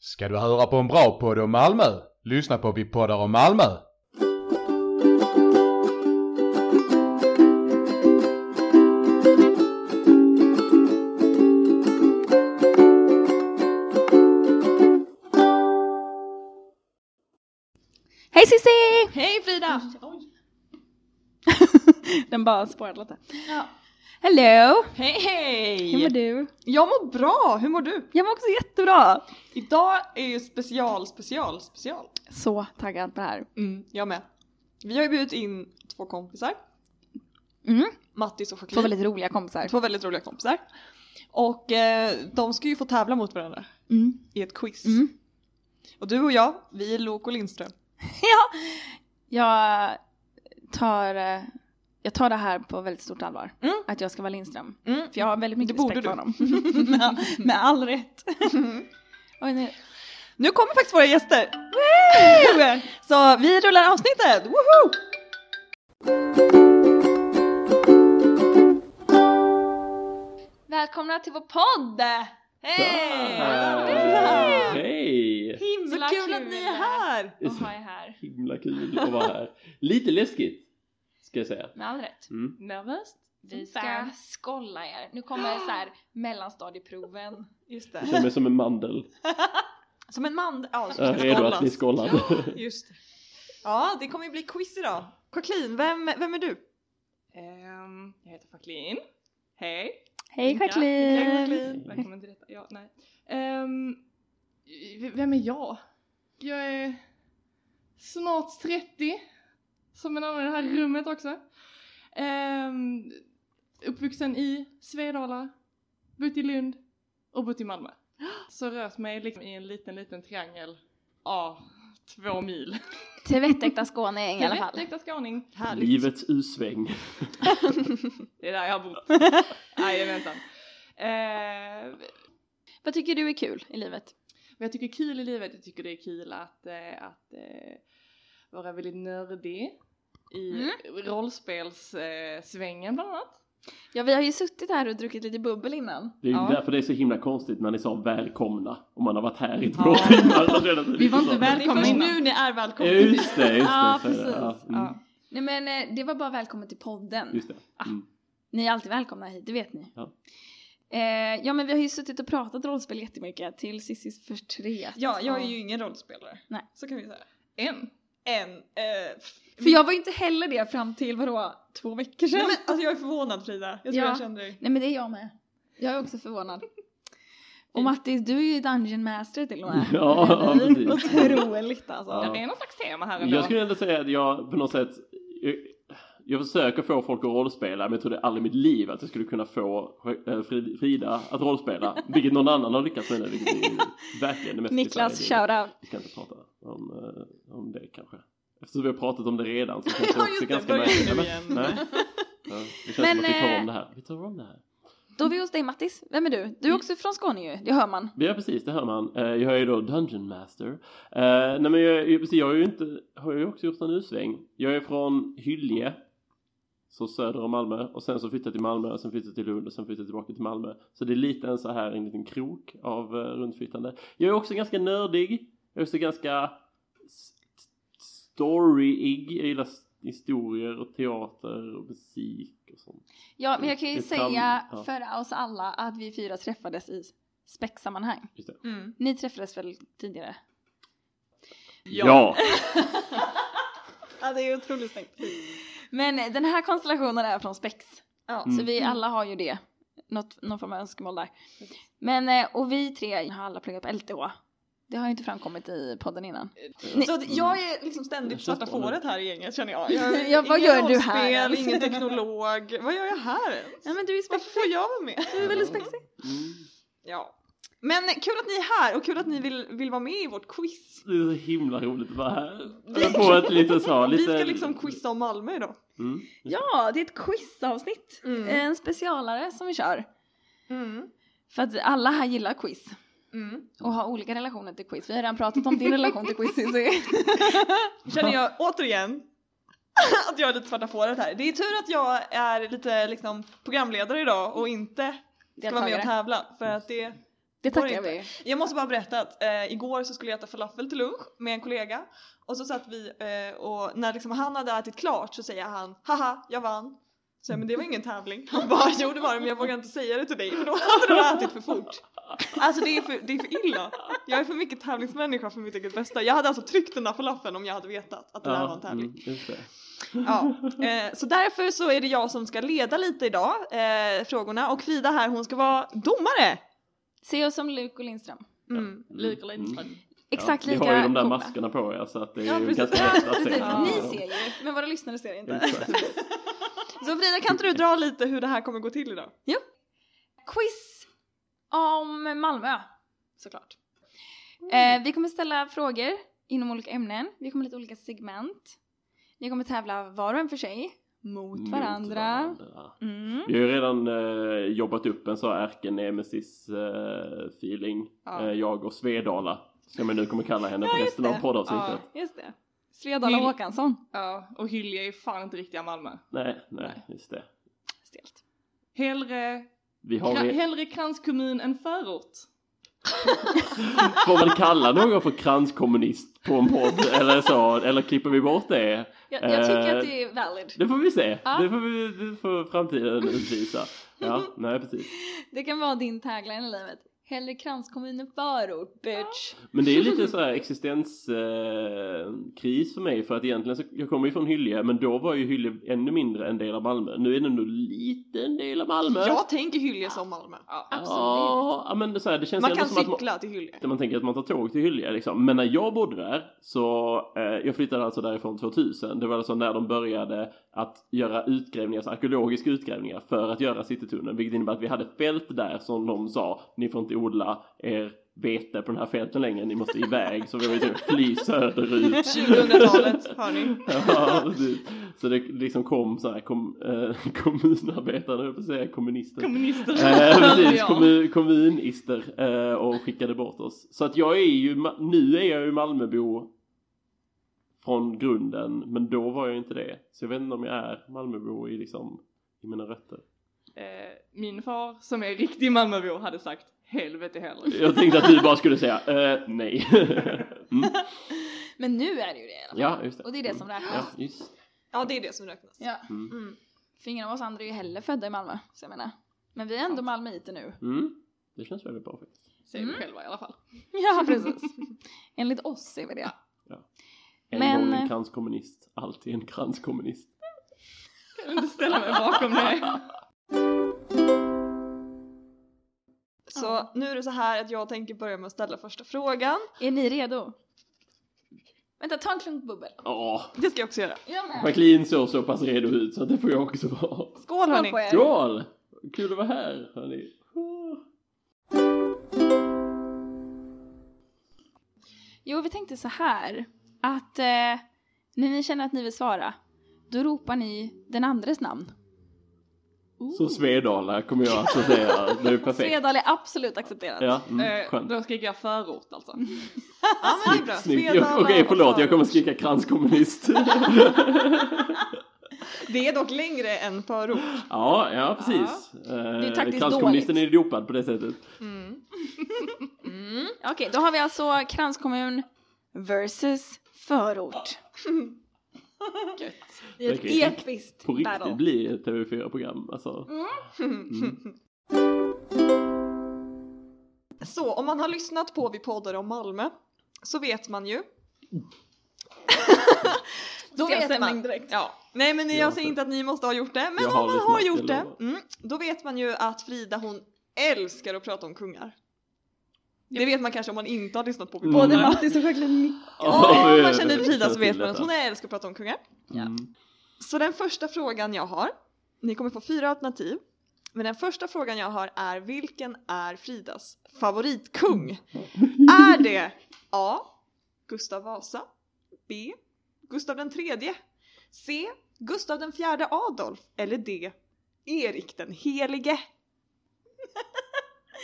Ska du höra på en bra podd om Malmö? Lyssna på Vi poddar om Malmö. Hej Cissi! Hej Frida! Den bara spårade lite. Ja. Hello! Hej hej! Hur mår du? Jag mår bra, hur mår du? Jag mår också jättebra! Idag är ju special. Så taggad på det här. Jag med. Vi har ju bjudit in 2 kompisar. Mattis och Jacqueline. 2 väldigt roliga kompisar. 2 väldigt roliga kompisar. Och de ska ju få tävla mot varandra i ett quiz. Och du och jag, vi är Lok och Lindström. Ja, jag tar det här på väldigt stort allvar. Att jag ska vara Lindström. För jag har väldigt mycket respekt för honom. med all rätt. Oj, nej. Nu kommer faktiskt våra gäster. Woo! Så vi rullar avsnittet. Woohoo! Välkomna till vår podd! Hej! Hej! Himla kul att ni är här. Och ha er här. Himla kul att vara här. Lite läskigt, ska jag säga. Med all rätt. Nervöst? Vi ska skolla er. Nu kommer så här mellanstadieproven. Just Jag det. känner mig som en mandel. Som en man. Ja, Jag är redo att bli skollad. Just det. Ja, det kommer ju bli quiz idag. Jacqueline, vem är du? Jag heter Jacqueline. Hej. Hej Jacqueline! Jacqueline. Välkommen till detta. Ja, nej. Vem är jag? Jag är snart 30. Som en annan i det här rummet också. Uppvuxen i Svedala. Bott i Lund. Och bott i Malmö. Så rört mig liksom i en liten triangel. 2 mil. Till vettäkta skåning i alla fall. Äkta skåning. Härligt. Livets usväng. Det är där jag har bott. Jajamensan. Vad tycker du är kul i livet? Vad jag tycker är kul i livet, jag tycker det är kul att vara väldigt nördig i rollspelssvängen bland annat. Ja, vi har ju suttit här och druckit lite bubbel innan. Det är ju Ja. därför det är så himla konstigt när ni sa välkomna. Om man har varit här i 2 timmar. Vi var inte Det är välkomna först innan. nu ni är välkomna. Just det. Ja, så är det. precis. Ja, Ja. Nej men det var bara välkommen till podden. Just det. Ni är alltid välkomna hit, det vet ni. Ja. Ja men vi har ju suttit och pratat rollspel jättemycket till Cissis förtret. Ja, jag är ju ingen rollspelare. Nej. Så kan vi säga. En. För jag var ju inte heller det fram till 2 veckor sedan. Nej, men, alltså jag är förvånad Frida. Jag tror Ja. jag känner dig. Nej men det är jag med. Jag är också förvånad. Och Mattis, du är ju Dungeon Master till och med. Ja, precis. Otroligt alltså. Ja. Det är någon slags tema här ändå. Jag skulle ändå säga att jag på något sätt jag försöker få folk att rollspela, men jag tror det är aldrig i mitt liv att jag skulle kunna få Frida att rollspela, vilket någon annan har lyckats med, vilket är verkligen det mest Niklas, bisarra. shoutout. Vi ska inte prata om det kanske. Eftersom vi har pratat om det redan så kanske det också är ganska börja märkligt. nu Nej, igen. nej. Ja, det känns som att vi tar om det här. Vi tar om det här. Då är vi hos dig Mattis. Vem är du? Du är också från Skåne ju, det hör man. Ja, precis, det hör man. Jag är ju då Dungeon Master. Nej, men har ju också gjort en usväng. Jag är från Hyllie, så söder om Malmö. Och sen så flyttade jag till Malmö, och sen flyttade jag till Lund, och sen flyttade jag tillbaka till Malmö. Så det är lite en liten krok av rundflyttande. Jag är också ganska nördig. Jag är också ganska storyig. Jag gillar historier och teater och musik och sånt. Ja, men jag kan ju Det säga ja. för oss alla att vi 4 träffades i spexsammanhang. Just det. Ni träffades väl tidigare? Ja. Ja, det är otroligt snyggt. Men den här konstellationen är från spex. Ja. Så vi alla har ju det. Någon form av önskemål där. Men, och vi 3 har alla pluggat på LTH. Det har ju inte framkommit i podden innan. Så att jag är liksom ständigt svarta fåret här i gänget, känner jag. Ja, vad ingen gör du här rollspel, ens? ingen teknolog. Vad gör jag här ens? Ja, men du är Varför spexig. får jag vara med? Du är väldigt spexig. Ja. Men kul att ni är här och kul att ni vill vara med i vårt quiz. Det är så himla roligt att vara här. Jag får ett litet så. Vi ska liksom quizza om Malmö idag. Ja, det är ett quizavsnitt. En specialare som vi kör. För att alla här gillar quiz. Och har olika relationer till quiz. Vi har redan pratat om din relation till quiz. Känner jag återigen att jag är lite svarta fåret här. Det är tur att jag är lite liksom programledare idag och inte ska vara med och tävla. För att det Det tackar vi. Jag måste bara berätta att igår så skulle jag äta falafel till lunch med en kollega. Och så satt vi och när liksom han hade ätit klart så säger han, haha, jag vann. Så men det var ingen tävling. Han bara, jo det var det, men jag vågar inte säga det till dig för då hade du ätit för fort. Alltså det är för illa. Jag är för mycket tävlingsmänniska för mitt eget bästa. Jag hade alltså tryckt den där falafeln om jag hade vetat att det där var en tävling. Just det. Ja, så därför så är det jag som ska leda lite idag frågorna. Och Frida här, hon ska vara domare. Se oss som Luke och Lindström. Luke och Lindström. Exakt lika ni har ju de där coola. maskerna på er så att det är ju precis. ganska lätt att se. Ni ser ju, men våra lyssnare ser inte. Så Frida, kan inte du dra lite hur det här kommer gå till idag? Jo. Quiz om Malmö, såklart. Vi kommer ställa frågor inom olika ämnen. Vi kommer lite olika segment. Ni kommer tävla var och en för sig mot varandra. Vi har ju redan jobbat upp en så ärkenemesis-feeling. Jag och Svedala, som jag nu kommer kalla henne för resten av poddavsnittet. Just det. Svedala Håkansson. Ja, och Hylje är ju fan inte riktiga Malmö. Nej, just det. Stelt. Hellre kranskommun än förort. Får man kalla någon för kranskommunist på en podd eller så? Eller klipper vi bort det? Jag tycker att det är valid. Det får vi se. Ja. Det får framtiden utvisa. Ja, nej precis. Det kan vara din tagline i livet. Hellre kranskommun än förort, bitch. Men det är lite så här existenskris för mig. För att egentligen så, jag kommer ju från Hylje. Men då var ju Hylje ännu mindre en del av Malmö. Nu är det nog lite en del av Malmö. Jag tänker Hylje som Malmö. Ja, absolut. Ja, men det, så här, det känns Man ändå kan som cykla att till Hylje. man tänker att man tar tåg till Hylje liksom. Men när jag bodde där så jag flyttade alltså därifrån 2000. Det var alltså när de började att göra utgrävningar, så arkeologiska utgrävningar för att göra Citytunneln. Vilket innebär att vi hade fält där som de sa, ni får inte odla er vete på den här fälten längre, ni måste iväg. Så vi var ju typ fly söderut. 2000-talet, hör ni. Ja, precis. Så det liksom kom så här kommunarbetare, jag vill säga kommunister. Precis, kommunister och skickade bort oss. Så att nu är jag ju Malmöbo från grunden, men då var jag inte det. Så jag vet inte om jag är Malmöbo i mina rötter. Min far, som är riktig Malmöbo, hade sagt helvete heller. Jag tänkte att du bara skulle säga nej. Men nu är det ju det i alla fall. Ja, just det. Och det är det som räknas. Ja, just. Ja, det är det som räknas. Ja. För ingen av oss andra är ju heller födda i Malmö, så jag menar. Men vi är ändå malmöiter nu. Det känns väldigt bra faktiskt. Säger vi själva i alla fall. Ja, precis. Enligt oss är vi det. Ja. En gång en kranskommunist, alltid en kranskommunist. Jag vill inte ställa mig bakom det. Så nu är det så här att jag tänker börja med att ställa första frågan. Är ni redo? Vänta, ta en klunk bubbel. Det ska jag också göra. Jacqueline såg så pass redo ut så att det får jag också vara. Skål hörni. på er. Skål! Kul att vara här hörni. Jo, vi tänkte så här. Att när ni känner att ni vill svara, då ropar ni den andres namn. Så Svedala kommer jag alltså säga. Det är perfekt. Svedala är absolut accepterat. Ja, skönt. Då skriker jag förort alltså. Ja, men det är bra. Snyggt. Okej, förlåt. Jag kommer skrika kranskommunist. Det är dock längre än förort. Ja, precis. Kranskommunisten är dopad på det sättet. Okej, då har vi alltså kranskommun versus förort. Det är ett episkt på riktigt battle. blir ett TV4-program alltså. Så om man har lyssnat på Vi poddar om Malmö så vet man ju. Då vet man direkt. Ja. Nej, men jag säger inte att ni måste ha gjort det, men om man har gjort det, då vet man ju att Frida, hon älskar att prata om kungar. Det vet man kanske om man inte har lyssnat på Vi poddar. Både Mattis och Jacqueline. Om man känner Frida så vet man att hon älskar att prata om kungar. Ja. Så den första frågan jag har, ni kommer få 4 alternativ. Men den första frågan jag har är, vilken är Fridas favoritkung? Är det A. Gustav Vasa, B. Gustav den tredje, C. Gustav den fjärde Adolf eller D. Erik den helige?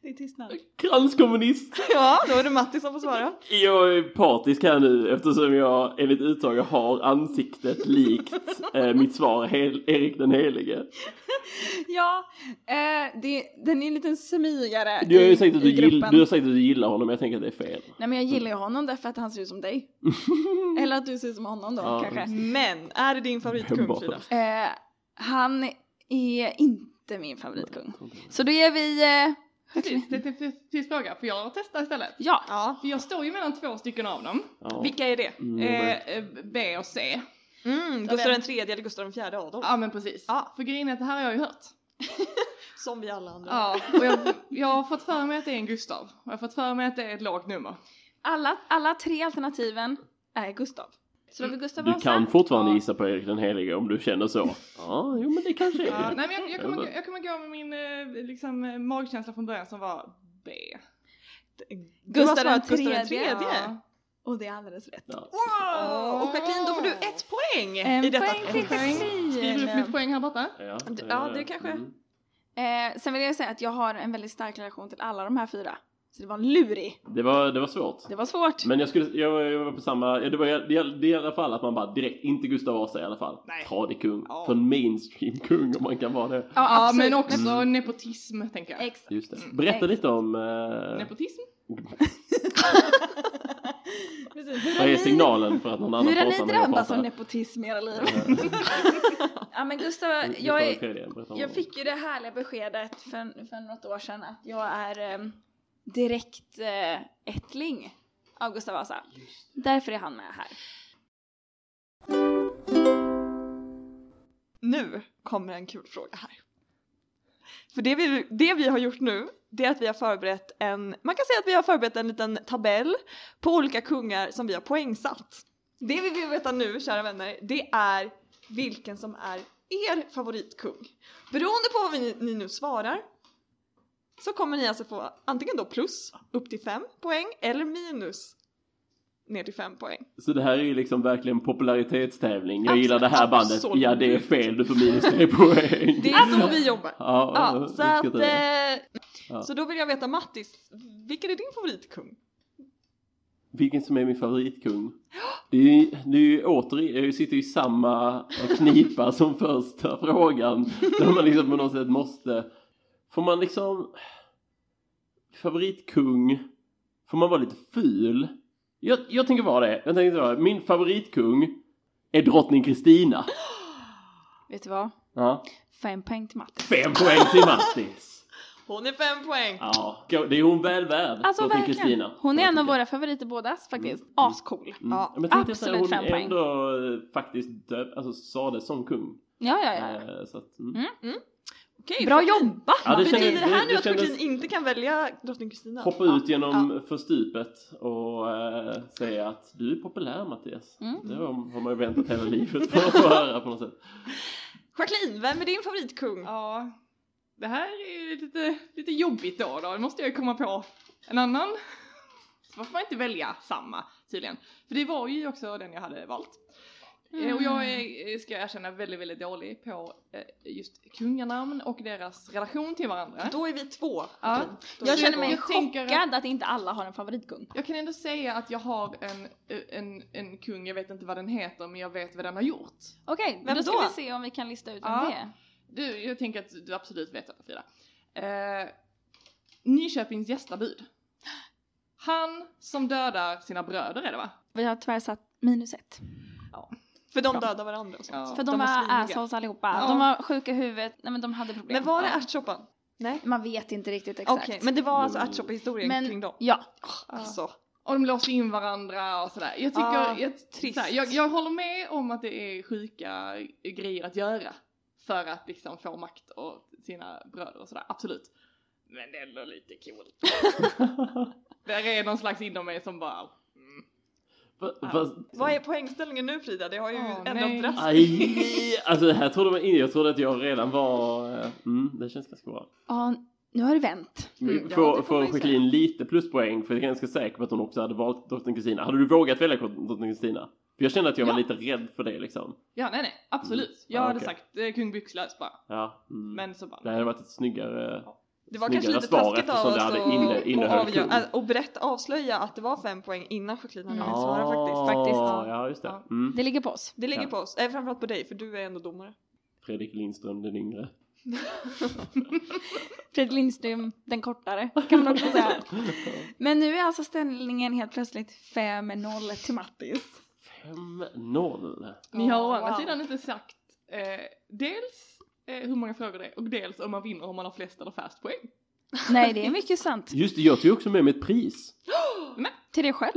Det är tystnad. Kranskommunist. Ja, då är det Matti som får svara. Jag är partisk här nu eftersom jag enligt uttag har ansiktet likt mitt svar Erik den Helige. Ja, den är en liten smygare Du har ju sagt i gruppen. du har sagt att du gillar honom, jag tänker att det är fel. Nej, men jag gillar ju honom därför att han ser ut som dig. Eller att du ser ut som honom då, Ja, kanske. Men, är det din favoritkung, Frida? Han är inte min favoritkung. Så då ger vi... Precis, det är till fråga. För jag testar istället. Ja. Ja. För jag står ju mellan 2 stycken av dem. Ja. Vilka är det? B och C. Gustav den tredje eller Gustav den fjärde Adolf. Ja, men precis. Ja. För grejen är att det här har jag ju hört. Som vi alla andra. Ja, och jag har fått för mig att det är en Gustav. Och jag har fått för mig att det är ett lågt nummer. Alla 3 alternativen är Gustav. Så då har vi Gustav Du Vasa. kan fortfarande gissa på Erik den Helige om du känner så. Ja, jo men det kanske är. Ja, nej, men jag kommer gå med min liksom, magkänsla från början som var B. Gustav den Gustav den tredje. Ja. Och det är alldeles rätt. Ja. Wow! Och Jacqueline, då får du 1 poäng En i detta. poäng till Skriver du upp mitt Jacqueline. poäng här borta? Ja, det kanske. Sen vill jag säga att jag har en väldigt stark relation till alla de här 4. Så det var en lurig. Det var svårt. Det var svårt. Men jag var på samma, det är i alla fall att man bara direkt, inte Gustav Vasa i alla fall. Nej. Tradig kung. Ja. För en mainstream kung om man kan vara det. Ja, absolut. men också nepotism, tänker jag. Exakt. Just det. Berätta lite om Nepotism? vad är signalen för att någon annan Hur har pratar ni när jag drabbats av pratar? nepotism i era liv? Ja, men Gustav, jag fick ju det härliga beskedet för något år sedan att jag är direkt ättling av Gustav Vasa. Därför är han med här. Nu kommer en kul fråga här. För det vi har gjort nu, det är att vi har förberett man kan säga att vi har förberett en liten tabell på olika kungar som vi har poängsatt. Det vi vill veta nu, kära vänner, det är vilken som är er favoritkung. Beroende på vad ni nu svarar så kommer ni alltså få antingen då plus upp till 5 poäng eller minus ner till 5 poäng. Så det här är ju liksom verkligen popularitetstävling. Jag gillar det här bandet. Absolut. Ja, det är fel. Du får minus 3 poäng. Det är så vi jobbar. Ja, Så att, Ja. så då vill jag veta, Mattis, vilken är din favoritkung? Vilken som är min favoritkung? Det är ju återigen, jag sitter i samma knipa som första frågan. Där man liksom på något sätt måste... Får man liksom... Favoritkung... Får man vara lite ful? Jag tänker vara det. Min favoritkung är drottning Kristina. Vet du vad? Ja. 5 poäng till Matti. 5 poäng till Mattis. Hon är 5 poäng. Ja, det är hon väl värd. Alltså drottning verkligen. Kristina. Hon är en av våra favoriter bådas faktiskt. Ascool. Ja, Men tänkte jag säga, absolut hon 5 poäng. ändå faktiskt sades som kung. Ja. Så att, Okej, Bra Jacqueline. jobbat. Ja, det Betyder kändes- det här nu det att kändes- Jacqueline inte kan välja drottning Kristina? hoppa ut genom för stupet och säga att du är populär, Mattias. Det har man ju väntat hela livet för att få höra på något sätt. Jacqueline, vem är din favoritkung? Ja, det här är ju lite jobbigt då. Då måste jag komma på en annan. Så varför man inte välja samma tydligen. För det var ju också den jag hade valt. Och jag ska erkänna väldigt, väldigt dålig på just kunganamn och deras relation till varandra. Då är vi 2. Ja. Jag känner mig Jag tänker chockad att inte alla har en favoritkung. Jag kan ändå säga att jag har en kung, jag vet inte vad den heter, men jag vet vad den har gjort. Okej, Vem då ska då? vi se om vi kan lista ut vem Ja. det är. Jag tänker att du absolut vet detta, Frida. Nyköpings gästabud. Han som dödar sina bröder, är det va? Vi har tyvärr satt -1. För de dödar varandra och sånt. Ja. För de var sviniga. assholes allihopa. Ja. De var sjuka i huvudet. Nej, men de hade problem. Men var det Ja. ärtsoppan? Nej. Man vet inte riktigt exakt. Okej, men det var alltså ärtsoppa-historien kring dem? Ja. Alltså. Och de låser in varandra och sådär. Jag tycker, trist. jag håller med om att det är sjuka grejer att göra. För att liksom få makt och sina bröder och sådär, absolut. Men det är ändå lite coolt. Där är någon slags inom mig som bara... Vad är poängställningen nu, Frida? Det har ju ändrat drastiskt. Aj, alltså här jag trodde att jag redan var... det känns ganska bra. Ja, nu har det vänt. Får Jacqueline lite pluspoäng, för jag är ganska säker på att hon också hade valt drottning Kristina. Hade du vågat välja drottning Kristina? För jag kände att jag var lite rädd för det liksom. Ja, nej, absolut. Jag hade sagt kung byxlös bara. Ja. Men så bara... Det hade varit ett snyggare... Det var kanske lite svar taskigt av oss att avslöja att det var 5 poäng innan Jacqueline hade hunnit svara faktiskt. Ja, just det. Det ligger på oss. Det ligger på oss, framförallt på dig för du är ändå domare. Fredrik Lindström den yngre. Fredrik Lindström den kortare kan man också säga. Men nu är alltså ställningen helt plötsligt 5-0 till Mattis. 5-0. Ni har å andra sidan inte sagt dels hur många frågor det är och dels om man vinner om man har flest eller färst poäng. Nej, det är mycket sant. Just det, jag tog också med mig ett pris. Till dig själv?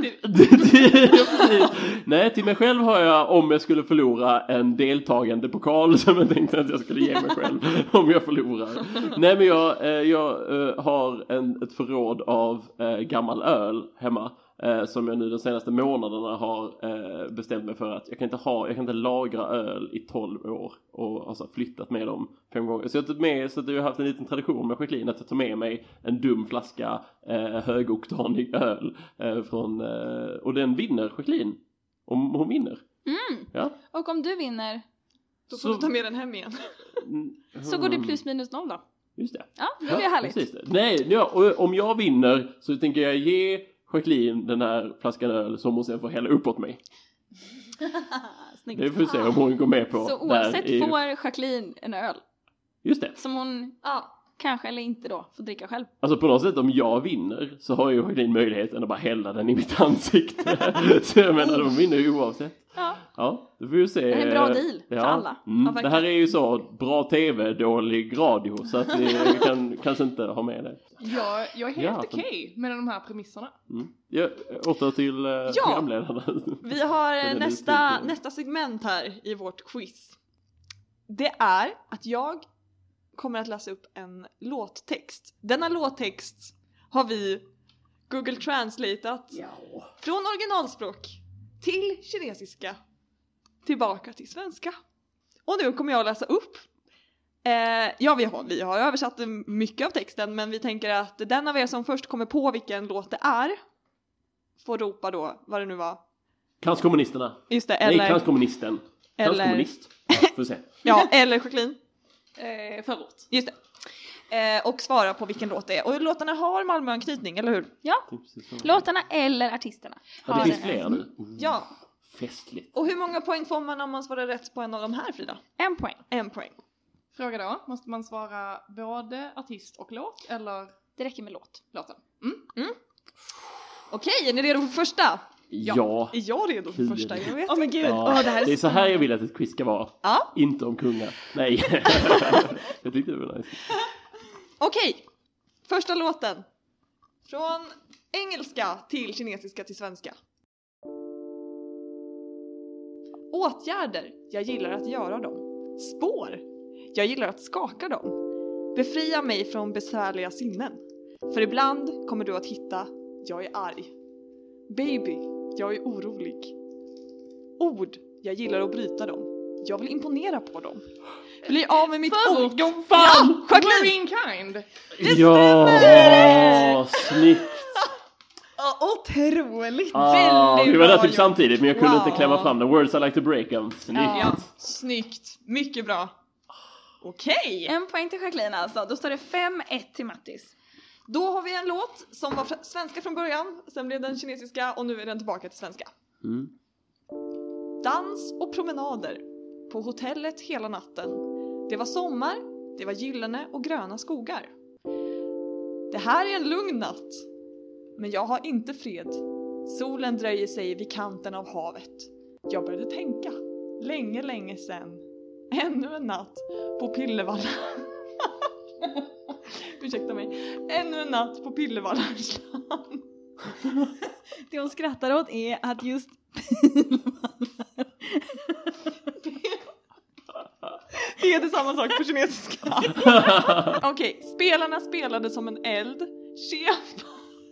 Nej, till mig själv har jag, om jag skulle förlora, en deltagande pokal som jag tänkte att jag skulle ge mig själv om jag förlorar. Nej, men jag har ett förråd av gammal öl hemma. Som jag nu de senaste månaderna har bestämt mig för att jag kan inte lagra öl i 12 år och alltså flyttat med dem 5 gånger. Så jag har tagit med, så att jag har haft en liten tradition med Jacqueline att jag tar med mig en dum flaska högoktanig öl från, och den vinner Jacqueline om hon vinner. Ja. Och om du vinner? Då får du ta med den hem igen. Så går det +-0 då. Just det. Ja, det är härligt. Precis det. Nej, och om jag vinner så tänker jag ge Jacqueline den här flaskan öl som hon sen får hälla uppåt mig. Snyggt. Det får vi se om hon går med på. Så oavsett får Jacqueline en öl. Just det. Som hon kanske eller inte då får dricka själv. Alltså på något sätt om jag vinner så har ju Jacqueline möjligheten att bara hälla den i mitt ansikte. Så jag menar, de vinner ju oavsett. Ja, det får vi se. Det är en bra deal för alla. Det här är ju så bra tv, dålig radio. Så att vi kan kanske inte ha med det. Jag är helt okej med de här premisserna. Åter till programledarna. Vi har nästa segment här i vårt quiz. Det är att jag kommer att läsa upp en låttext. Denna låttext har vi Google Translateat från originalspråk till kinesiska tillbaka till svenska. Och nu kommer jag att läsa upp. Vi har översatt mycket av texten, men vi tänker att den av er som först kommer på vilken låt det är får ropa då vad det nu var. Kranskommunisterna. Just det, eller nej, kranskommunisten. Kranskommunist. Ja, får se. Ja, eller Jacqueline. Förort. Just det. Och svara på vilken låt det är. Och låtarna har Malmö-anknytning, eller hur? Ja. Låtarna eller artisterna. Ja, det finns fler nu. Ja. Festligt. Och hur många poäng får man om man svarar rätt på en av de här, Frida? 1 poäng. 1 poäng. Fråga då. Måste man svara både artist och låt? Eller? Det räcker med låten. Okej, är ni redo för första? Ja. Är jag redo för första? Jag vet. Men gud. Ja, det är så här jag vill att ett quiz ska vara. Ja. Inte om kungar. Nej. Jag tyckte det var nice. Okej. Första låten. Från engelska till kinesiska till svenska. Åtgärder. Jag gillar att göra dem. Spår. Jag gillar att skaka dem. Befria mig från besvärliga sinnen. För ibland kommer du att hitta jag är arg. Baby, jag är orolig. Ord, jag gillar att bryta dem. Jag vill imponera på dem. Bli av med mitt ord. Fan! Marine Kind! Ja, snyggt. Otroligt. Vi var där typ bra samtidigt, men jag kunde inte klämma fram den. Words I like to break them. Snyggt. Ja, snyggt. Mycket bra. Okej. 1 poäng till Jacqueline alltså. Då står det 5-1 till Mattis. Då har vi en låt som var svenska från början. Sen blev den kinesiska och nu är den tillbaka till svenska. Dans och promenader på hotellet hela natten. Det var sommar, det var gyllene och gröna skogar. Det här är en lugn natt. Men jag har inte fred. Solen dröjer sig vid kanten av havet. Jag började tänka. Länge, länge sen. Ännu en natt på Pillevalla. Ursäkta mig. Ännu en natt på Pillevallans land. Det hon skrattar åt är att just Det heter samma sak på kinesiska. Okej, spelarna spelade som en eld. Sheba.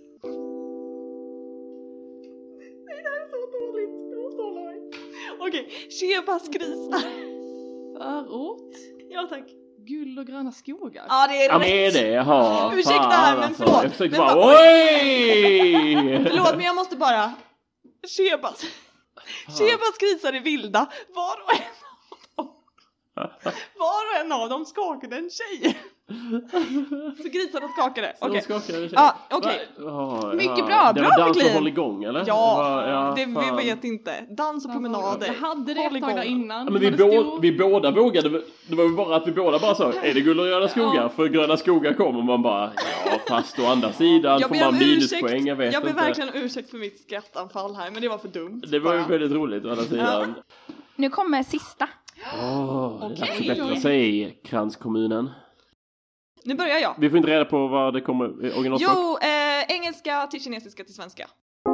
Nej, det här är så dåligt. Jag måste hålla mig. Okej, Shebas grisar. Förort. Ja, tack. Guld och gröna skogar. Ja, det är Ja, rätt. med det. Jaha. Ursäkta, fan, men alltså. förlåt. Jag försökte Men bara, bara- oj! Förlåt, men jag måste bara... Shebas grisar är vilda. Var och en av dem skakade en tjej. Så grisarna skakade. Så Okej. skakade Ja, okej. Mycket bra. Det Bra, var dans och Jacqueline. håll igång, eller? Ja, Det var, vi vet inte. Dans och promenader. Jag hade det Håll ett tag där igång. innan. Ja, men det stod- vi båda vågade. Det var ju bara att vi båda bara sa, är det guld och gröna skogar? Ja. För gröna skogar kommer man bara, ja fast å andra sidan Jag får ber man om minuspoäng, jag vet Jag ber inte. verkligen om ursäkt för mitt skrattanfall här, men det var för dumt. Det var ju bara. väldigt roligt å andra sidan. Nu kommer sista. Det är dags att Okej. bättra sig i kranskommunen. Nu börjar jag. Vi får inte reda på vad det kommer originalspråk. Jo, engelska till kinesiska till svenska.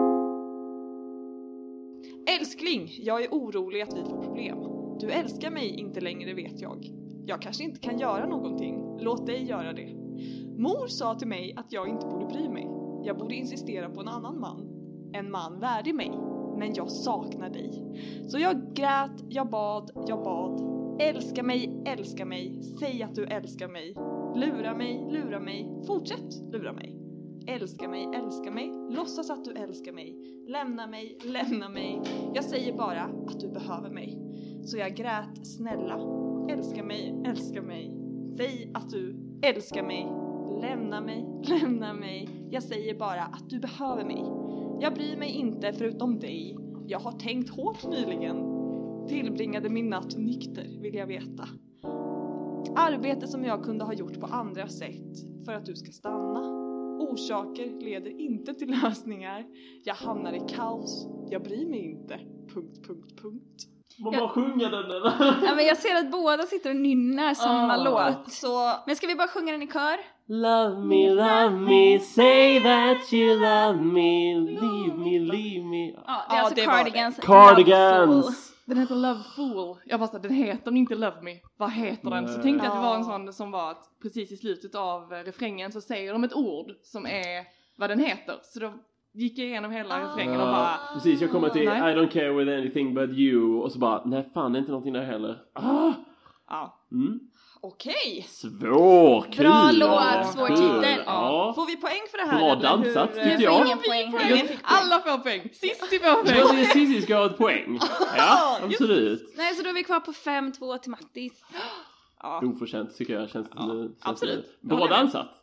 Älskling, jag är orolig att vi får problem. Du älskar mig inte längre, vet jag. Jag kanske inte kan göra någonting. Låt dig göra det. Mor sa till mig att jag inte borde bry mig. Jag borde insistera på en annan man. En man värdig mig. Men jag saknar dig. Så jag grät, jag bad. Älska mig. Säg att du älskar mig. Lura mig. Fortsätt lura mig. Älska mig. Låtsas att du älskar mig. Lämna mig. Jag säger bara att du behöver mig. Så jag grät, snälla. Älska mig. Säg att du älskar mig. Lämna mig. Jag säger bara att du behöver mig. Jag bryr mig inte förutom dig. Jag har tänkt hårt nyligen. Tillbringade min natt nykter, vill jag veta. Arbete som jag kunde ha gjort på andra sätt för att du ska stanna. Orsaker leder inte till lösningar. Jag hamnar i kaos. Jag bryr mig inte. ... Man bara sjunga den eller? Ja, men jag ser att båda sitter och nynnar samma låt. Så Men ska vi bara sjunga den i kör? Love me, say that you love me, leave me. Ja, det är Ja, alltså det var det. Cardigans. Cardigans! Den heter Love Fool. Jag bara så, den heter inte Love Me. Vad heter den? Så tänkte jag att det var en sån som var att precis i slutet av refrängen så säger de ett ord som är vad den heter. Så då gick jag igenom hela refrängen och bara... Precis, jag kommer till Nej. I don't care with anything but you. Och så bara, nej fan det är inte någonting där heller. Ja. okej. Svår, kul. Bra låt, svår Kul. titel. Ja. Får vi poäng för det här? Bra eller dansat, hur? tyckte Du jag. får ingen poäng här. Ingen fick poäng. Alla får poäng. Sissi får Jag poäng. tycker Cissi ska ha ett poäng. Ja, absolut. Nej, så då är vi kvar på 5-2 till Mattis. Ja. Oförtjänt tycker jag känns absolut. Bra Jag håller med. dansat.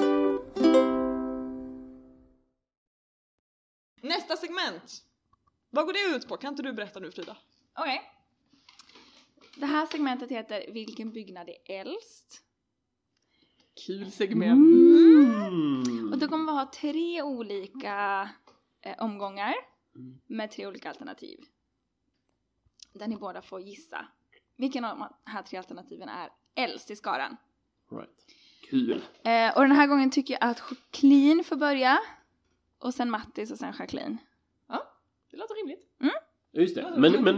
Nästa segment. Vad går det ut på? Kan inte du berätta nu, Frida? Okej. Det här segmentet heter Vilken byggnad är äldst? Kul segment. Och då kommer vi ha 3 olika omgångar med 3 olika alternativ. Där ni båda får gissa vilken av de här 3 alternativen är äldst i skaran. Right. Kul. Och den här gången tycker jag att Jacqueline får börja. Och sen Mattis och sen Jacqueline. Det låter rimligt. Just det.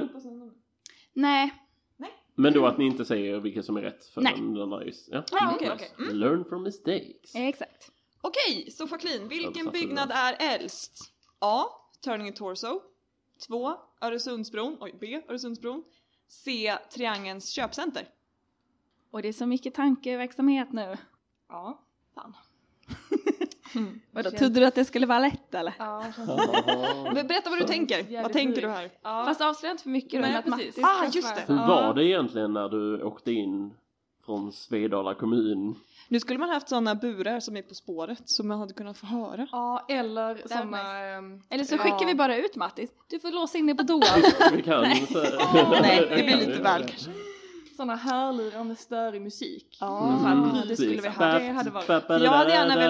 Men då att ni inte säger vilka som är rätt för Nej. den andra just. Ja. okej. Nice. Learn from mistakes. Exakt. Okej, så Jacqueline, vilken Översatte byggnad det. är äldst? A. Turning Torso. 2. Öresundsbron. B. Öresundsbron. C. Triangelns köpcenter. Och det är så mycket tankeverksamhet nu. Ja. Fan. Vadå, trodde du att det skulle vara lätt eller? Ja, Berätta vad du tänker. Jävligt Vad tänker du drygt. här? Fast avslöja inte för mycket då. Nej, med att precis. Mattis Just ska det. Hur var det egentligen när du åkte in från Svedala kommun? Nu skulle man haft sådana burar som är På spåret som man hade kunnat få höra. Ja, eller var såna... Eller så skickar vi bara ut Mattis. Du får låsa in dig på toa. Vi kan Nej, det blir lite väl kanske. Såna hörlurar med störig musik. Det skulle vi ha. Det hade varit... Jag hade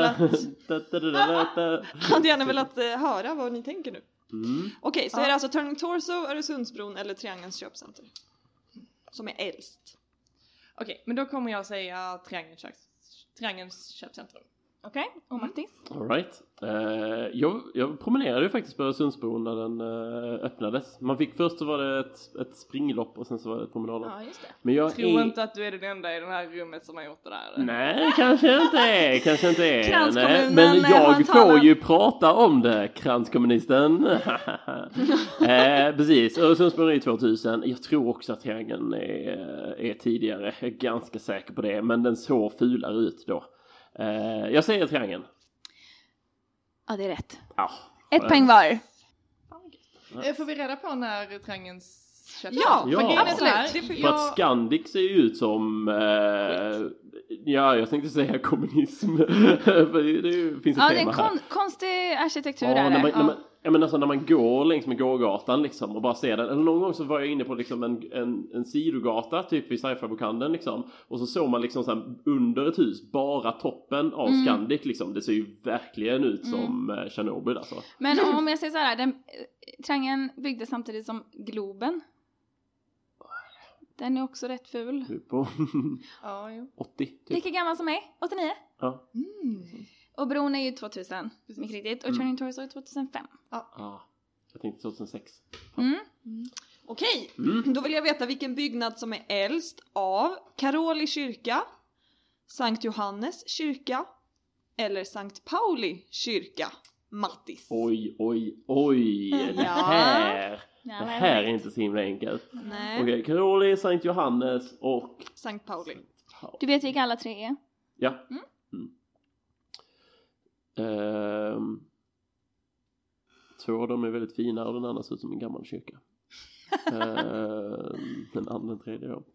gärna velat höra vad ni tänker nu. Okej, så är det alltså Turning Torso, Öresundsbron eller Triangelns köpcenter? Som är äldst. Okej, men då kommer jag säga Triangelns köpcentrum. Okej, och Mattis? All right. Jag promenerade ju faktiskt på Öresundsbron när den öppnades. Man fick först så var det ett springlopp och sen så var det ett promenadlopp. Ja, just det. Men jag Tror inte att du är den enda i det här rummet som har gjort det där. Nej, kanske inte är. Kranskommunen, Nej, men jag har får talat. ju prata om det, kranskommunisten. Precis, Öresundsbron är 2000. Jag tror också att triangeln är tidigare. Jag är ganska säker på det, men den såg fulare ut då. Jag säger triangeln. Ja, det är rätt. Ja. 1 poäng var. Får vi reda på när Triangelns köpa. Ja, Ja. För grejen är absolut. så här, Det får- För att Scandic ser ju ut som ja, jag tänkte säga kommunism. För det finns ett Ja, det är tema här. en konstig arkitektur Ja, är när det. man, när man, ja, men alltså när man går längs med gågatan liksom och bara ser den. Eller någon gång så var jag inne på liksom en sidogata typ vid sci-fi-bokhandeln liksom. Och så såg man liksom så här, under ett hus bara toppen av Scandic liksom. Det ser ju verkligen ut som Tjernobyl alltså. Men om jag säger så här, triangeln byggdes samtidigt som Globen. Den är också rätt ful. Typ på Ja, jo. 80 typ. Lika gammal som mig, 89. Ja. Och bron är ju 2000, mycket riktigt. Och Turning Torso är 2005. Ja. Jag tänkte 2006. Mm. Okej, då vill jag veta vilken byggnad som är äldst av Karoli kyrka, Sankt Johannes kyrka eller Sankt Pauli kyrka. Mattis. Oj. Det här är inte så himla enkelt. Nej, Okej, Karoli, Sankt Johannes och Sankt Pauli. Du vet vilka alla tre är? ja. Två av dem är väldigt fina och den andra ser ut som en gammal kyrka. Den tredje då.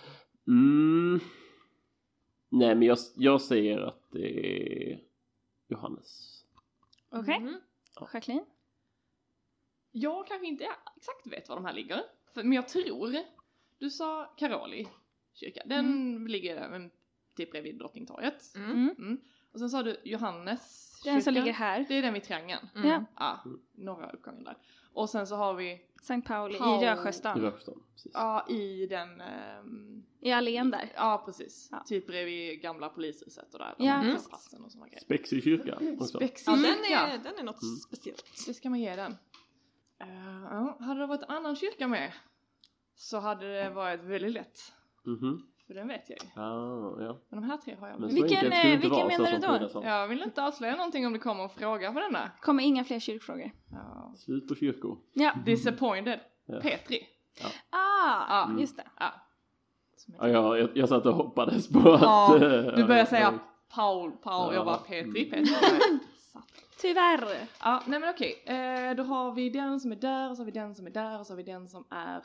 Nej, men jag säger att det är Johannes. Okej. Jacqueline? Jag kanske inte exakt vet var de här ligger. Men jag tror, du sa Karoli kyrka. Den ligger typ bredvid Drottningtorget. Och sen sa du Johannes Den kyrka. som ligger här. Det är den vid triangeln. Ja. Ja, norra uppgången där. Och sen så har vi Sankt Pauli i Paul. Rösjöstan. Rökstan, precis. ja, i den I allén där. ja, precis. Ja. Typ bredvid gamla polishuset och där. Ja, De precis. passen och såna grejer. Spexig kyrka också. Spexig Ja, kyrka. den är något speciellt. Det ska man ge den. Hade det varit en annan kyrka med så hade det varit väldigt lätt. För den vet jag ju. Ja. Men de här tre har jag. Men så Vilken, enkelt skulle det inte vilken vara, så menar du som då? Frida sa. Jag vill inte avslöja någonting om det kommer en fråga på denna. Kommer inga fler kyrkfrågor. Ja. Slut på kyrkor. Ja. Disappointed. Ja. Petri. Just det. Ja. Ja, jag satt och hoppades på att... Ja, du började säga Paul. Jag bara Petri. Tyvärr. Ja, nej men okej. Då har vi den som är där, och så har vi den som är där, och så har vi den som är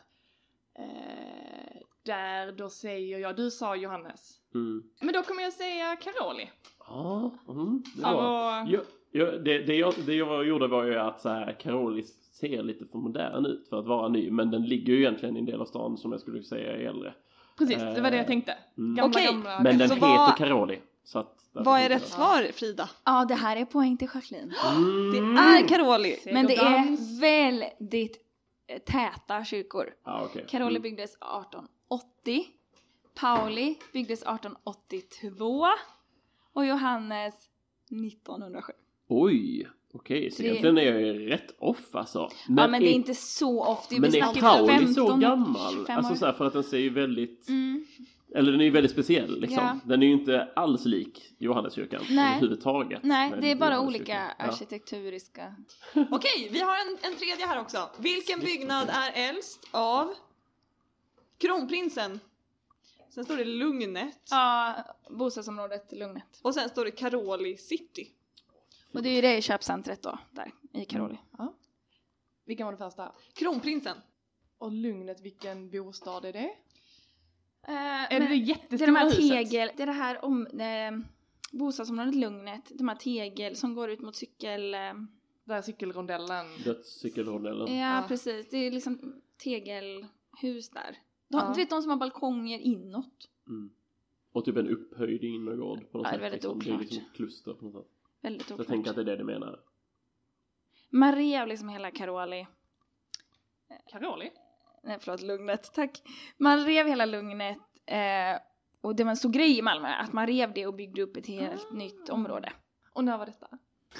där. Då säger jag, du sa Johannes. Men då kommer jag säga Karoli. Ja, det För var... att- Det jag gjorde var ju att så här, Karoli ser lite för modern ut för att vara ny. Men den ligger ju egentligen i en del av stan som jag skulle säga är äldre. Precis, det var det jag tänkte. Okej, Men den Så heter vad- Karoli. Så att, Vad är rätt svar, Frida? Ja, det här är poäng till Jacqueline. Det är Karoli. Men det är väldigt täta kyrkor. Ja, okej. Karoli byggdes 1880. Pauli byggdes 1882. Och Johannes 1907. Oj, okej. Så Det- egentligen är jag ju rätt off alltså. Men det är inte så ofta. Men är Pauli så gammal? 25 Alltså år. så här, för att den ser ju väldigt... Eller den är ju väldigt speciell liksom. Ja. Den är ju inte alls lik Johanneskyrkan överhuvudtaget. Nej, Men det är bara Johanneskyrkan. olika arkitekturiska. Okej, vi har en tredje här också. Vilken byggnad är äldst av Kronprinsen? Sen står det Lugnet. Ja, bostadsområdet Lugnet. Och sen står det Karoli city. Och det är ju det i köpcentret då, där i Karoli. Vilken var det första? Kronprinsen. Och Lugnet, vilken bostad är det? Är Är det det är jättestora de här huset? tegel, det är det här bostadsområdet Lugnet, de här tegel som går ut mot cykel. Där cykelrondellen. Dödscykelrondellen. Ja, precis. Det är liksom tegelhus där. Ja. Du vet de som har balkonger inåt. Och typ en upphöjd innergård på något Ja, det är sätt. väldigt liksom. Det är oklart. liksom kluster på något sätt. Väldigt Så jag oklart. tänker att det är det du menar. Man rev liksom hela Karoli. Karoli? Nej, förlåt, Lugnet. Tack. Man rev hela Lugnet. Och det var en stor grej i Malmö. Att man rev det och byggde upp ett helt nytt område. Och när var detta?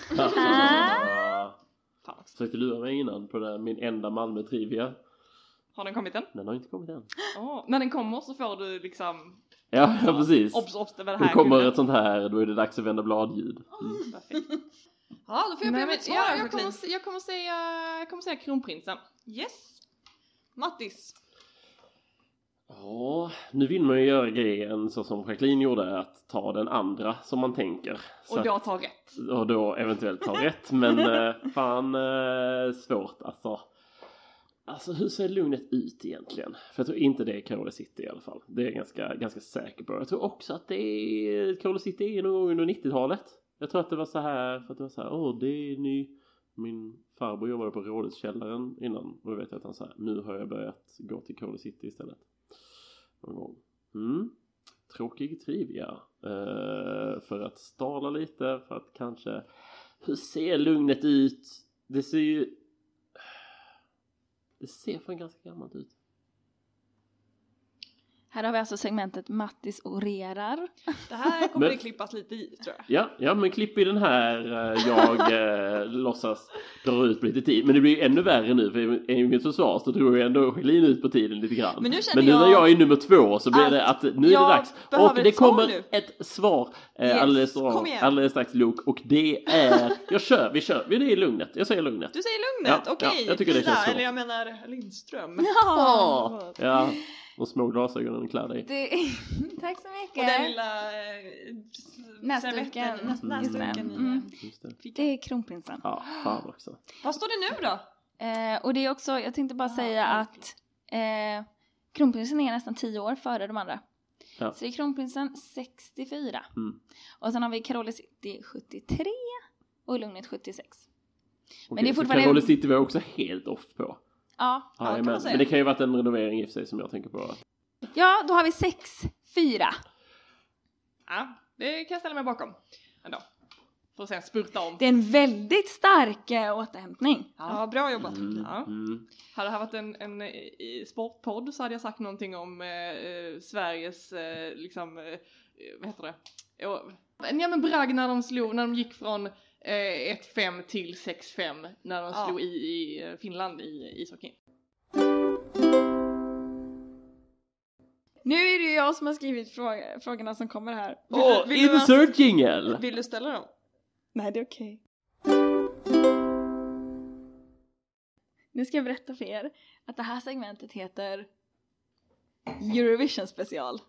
Fan, försökte lura mig innan på det, min enda Malmö-trivia. Har den kommit än? Den har inte kommit än. När den kommer så får du liksom... Ja, precis. Obs, det var det Nu här. kommer kunde. ett sånt här, då är det dags att vända bladljud. Perfekt. Ja, då får jag be om ett svar, jag Jacqueline. kommer säga Kronprinsen. Yes. Mattis. Ja, nu vill man ju göra grejen så som Jacqueline gjorde, att ta den andra som man tänker. Så Och då tar rätt. och då eventuellt ta rätt, men fan svårt alltså. Alltså hur ser lugnet ut egentligen? För jag tror inte det är Carola City i alla fall. Det är jag ganska säker på. Jag tror också att det är Carola City är någon gång under 90-talet. Jag tror att det var så här, för att det var så här, det är ny. Min farbror jobbade på Rådhuskällaren innan, och då vet jag att han sa, nu har jag börjat gå till Carola City istället. Någon gång. Tråkig trivia. För att stala lite, för att kanske, hur ser lugnet ut? Det ser fan ganska gammalt ut. Här har vi alltså segmentet Mattis orerar. Det här kommer det klippas lite i, tror jag. Ja, men klipp i den här jag låtsas dra ut på lite tid. Men det blir ju ännu värre nu, för är ju inget försvar så drog jag ändå Helin ut på tiden lite grann. Men nu när jag är nummer 2 så blir det att nu är det dags. Och det kommer nu. ett svar alldeles strax, Luke. Och det är, vi kör, det är lugnet. Jag säger lugnet. Du säger lugnet, ja, okej. Ja, jag tycker det känns så. Eller jag menar Lindström. Ja. Och små glasögonen klär dig. Tack så mycket. Och den lilla näsduken. Det är kronprinsen. Ja, fan också. Vad står det nu då? Och det är också, jag tänkte bara säga att kronprinsen är nästan 10 år före de andra. Ja. Så det är kronprinsen 64. Och sen har vi Carola City 73 och Lugnet 76. Men det är fortfarande... Carola City var också helt off på. Ja, men det kan ju varit en renovering i och för sig som jag tänker på. Ja, då har vi 6-4. Ja, det kan jag ställa mig bakom ändå. För att sen spurta om. Det är en väldigt stark återhämtning. Ja, bra jobbat. Hade det här varit en sportpodd så hade jag sagt någonting om Sveriges vad heter det? Ja, men bragg när de gick från 1-5 till 6-5 när de slog i Finland i ishockey. Nu är det ju jag som har skrivit frågorna som kommer här. Insert jingle! Vill du ställa dem? Nej, det är okej. Nu ska jag berätta för er att det här segmentet heter Eurovision special.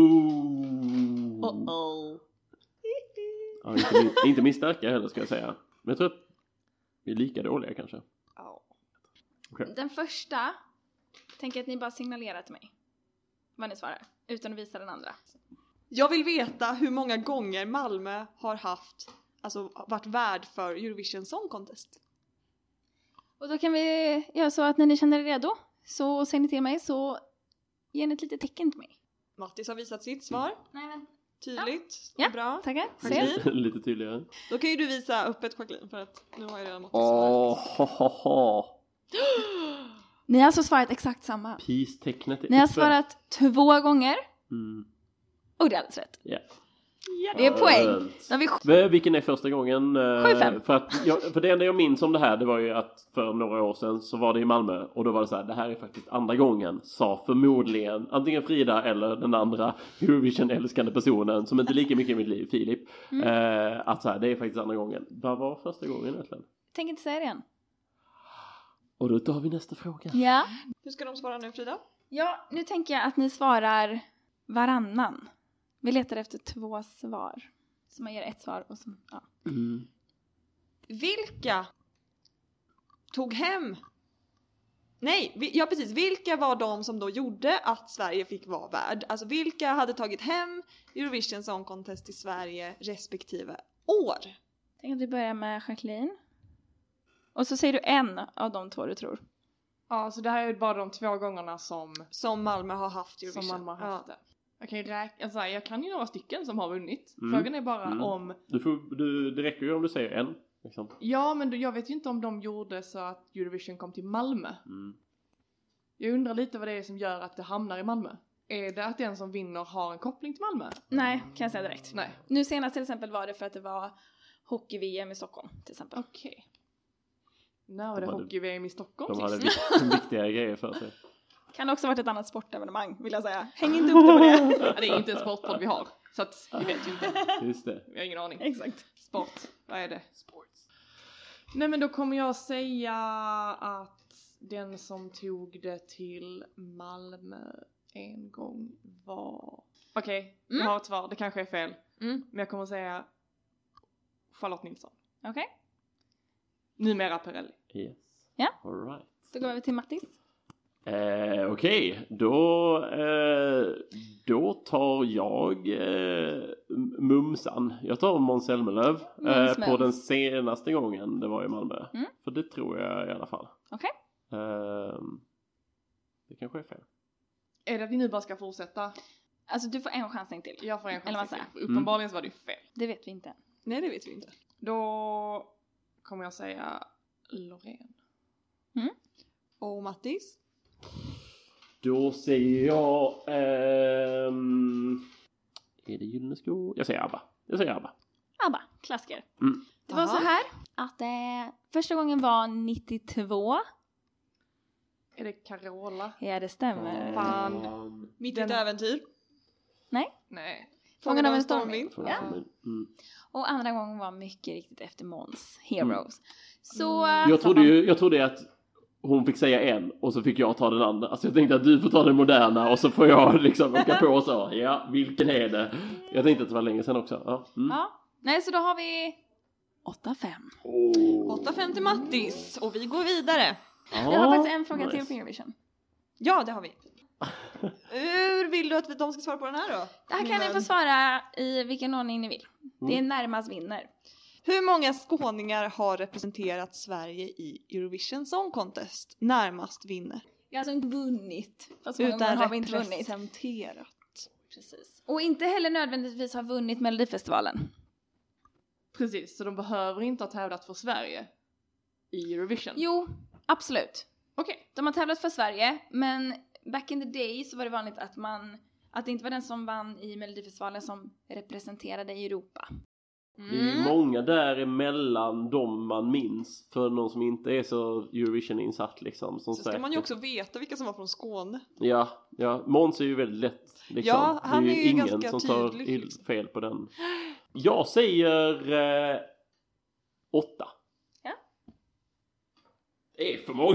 Ja, inte min starka heller ska jag säga. Men jag tror att vi är lika dåliga kanske. Okay. Den första tänker att ni bara signalerar till mig vad ni svarar, utan att visa den andra. Jag vill veta hur många gånger Malmö har varit värd för Eurovision Song Contest. Och då kan vi göra så att när ni känner er redo så säger ni till mig, så ger ni ett litet tecken till mig. Mattis har visat sitt svar. Nej, men. Tydligt. Ja, bra. Tackar. Lite tydligare. Då kan ju du visa öppet, Jacqueline, för att nu har jag redan Mattis svarat. Ni har alltså svarat exakt samma. Peace-tecknet. Ni har svarat 2 gånger. Och det är alldeles rätt. Yeah. Det är poäng. Vilken är första gången? 7-5. För det enda jag minns om det här, det var ju att för några år sedan så var det i Malmö. Och då var det så här, det här är faktiskt andra gången. Sa förmodligen antingen Frida eller den andra Eurovision-älskande personen som inte är lika mycket i mitt liv, Filip. Att så här, det är faktiskt andra gången. Vad var första gången egentligen? Tänk inte säga det igen. Och då tar vi nästa fråga. Ja. Hur ska de svara nu, Frida? Ja, nu tänker jag att ni svarar varannan. Vi letar efter 2 svar. Så man ger ett svar och så, ja. Vilka tog hem... Nej, precis. Vilka var de som då gjorde att Sverige fick vara värd? Alltså vilka hade tagit hem Eurovision Song Contest i Sverige respektive år? Tänk att vi börjar med Jacqueline. Och så säger du en av de 2 du tror. Ja, så det här är bara de 2 gångerna som Malmö har haft Eurovision. Som Malmö har haft det. Jag kan ju några stycken som har vunnit. Frågan är bara om... Det räcker ju om du säger en. Liksom. Ja, men jag vet ju inte om de gjorde så att Eurovision kom till Malmö. Jag undrar lite vad det är som gör att det hamnar i Malmö. Är det att den som vinner har en koppling till Malmö? Nej, kan jag säga direkt. Nej. Nu senast till exempel var det för att det var hockey-VM i Stockholm till exempel. Okej. När var det hockey-VM i Stockholm? De hade viktiga grejer för sig. Kan också varit ett annat sportevenemang, vill jag säga. Häng inte upp det på det. Det är inte en sportpodd vi har. Så att vi vet ju inte. Just det. Vi har ingen aning. Exakt. Sport. Vad är det? Sports. Nej, men då kommer jag säga att den som tog det till Malmö en gång var... Okej, jag har ett svar. Det kanske är fel. Men jag kommer säga Charlotte Nilsson. Okej. Numera Perrelli. Yes. Ja. All right. Då går vi till Mattis. Okej, då tar jag Mumsan. Jag tar Måns Zelmerlöw på den senaste gången det var i Malmö. För det tror jag i alla fall. Okej. Det kanske är fel. Är det att vi nu bara ska fortsätta? Alltså du får en chansning till. Jag får en Eller vad chans säger? till. Uppenbarligen så var det ju fel. Det vet vi inte. Nej, det vet vi inte. Då kommer jag säga Loreen. Och Mattis? Då säger jag är det Gyllene skor? Jag säger ABBA. ABBA, klassiker. Det var så här att första gången var 92. Är det Carola? Ja, det stämmer. Fan. Mitt i ett äventyr. Nej. Fången av en stormvind. Ja. Och andra gången var mycket riktigt efter Måns Heroes. Så jag trodde att hon fick säga en och så fick jag ta den andra. Alltså jag tänkte att du får ta den moderna och så får jag liksom åka på och så. Ja, vilken är det? Jag tänkte att det var länge sedan också. Ja. Nej, så då har vi 8-5. 8-5 till Mattis. Och vi går vidare. Vi har faktiskt en fråga till på Eurovision. Ja, det har vi. Hur vill du att de ska svara på den här då? Det här kan ni få svara i vilken ordning ni vill. Det är närmast vinner. Hur många skåningar har representerat Sverige i Eurovision Song Contest? Närmast vinner. Jag har alltså inte vunnit. Fast många gånger Utan har vi inte vunnit. representerat. Precis. Och inte heller nödvändigtvis har vunnit Melodifestivalen. Precis, så de behöver inte ha tävlat för Sverige i Eurovision. Jo, absolut. Okej. De har tävlat för Sverige, men back in the day så var det vanligt att det inte var den som vann i Melodifestivalen som representerade Europa. Det är många däremellan de man minns. För någon som inte är så Eurovision-insatt liksom. Som Så ska man ju också veta vilka som var från Skåne. Ja. Måns är ju väldigt lätt liksom. Ja, han det är ju ingen ganska som tar tydlig, liksom. fel på den. Jag säger 8. Ja. Det är för många.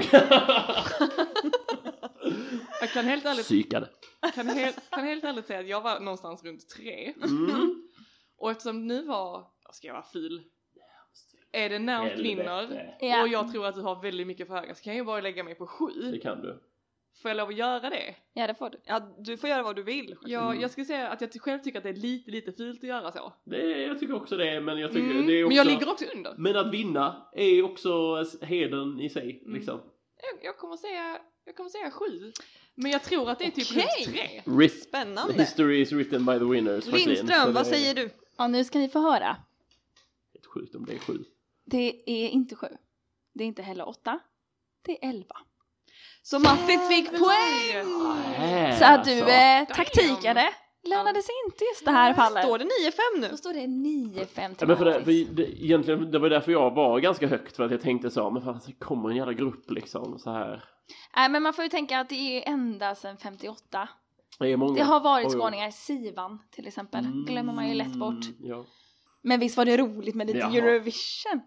Jag kan helt ärligt Psykade. kan helt ärligt säga att jag var någonstans runt 3. Och eftersom nu ska jag vara ful. Är det närmt vinner och jag tror att du har väldigt mycket för höga, så kan jag bara lägga mig på 7. Det kan du. Får jag lov att göra det? Ja, det får du. Ja, du får göra vad du vill. Jag skulle säga att jag själv tycker att det är lite fult att göra så. Jag tycker också det, men jag tycker det är också... Men jag ligger också under. Men att vinna är också heden i sig, liksom. Jag kommer säga 7. Men jag tror att det är typ runt 3. Spännande. History is written by the winners. Lindström, vad säger du? Ja, nu ska ni få höra. Helt sjukt om det är 7. Det är inte 7. Det är inte heller 8. Det är 11. Så Mattis fick poäng! Så att du taktikade lönade sig inte just det här fallet. Står det 9-5 nu? Då står det 9-5 till men egentligen, det var därför jag var ganska högt. För att jag tänkte så, men fan, det kommer en jävla grupp liksom så här. Nej, men man får ju tänka att det är ända sedan 58. Det är många. Det har varit skåningar, Sivan till exempel. Glömmer man ju lätt bort. Ja. Men visst var det roligt med lite Eurovision.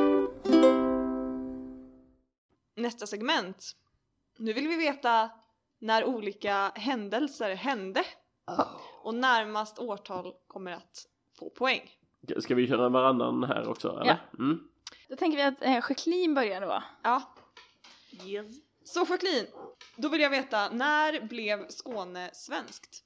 Nästa segment. Nu vill vi veta när olika händelser hände. Och närmast årtal kommer att få poäng. Ska vi köra varannan här också, eller? Ja. Då tänker vi att Jacqueline börjar då. Ja. Yes. Så Jacqueline, då vill jag veta, när blev Skåne svenskt?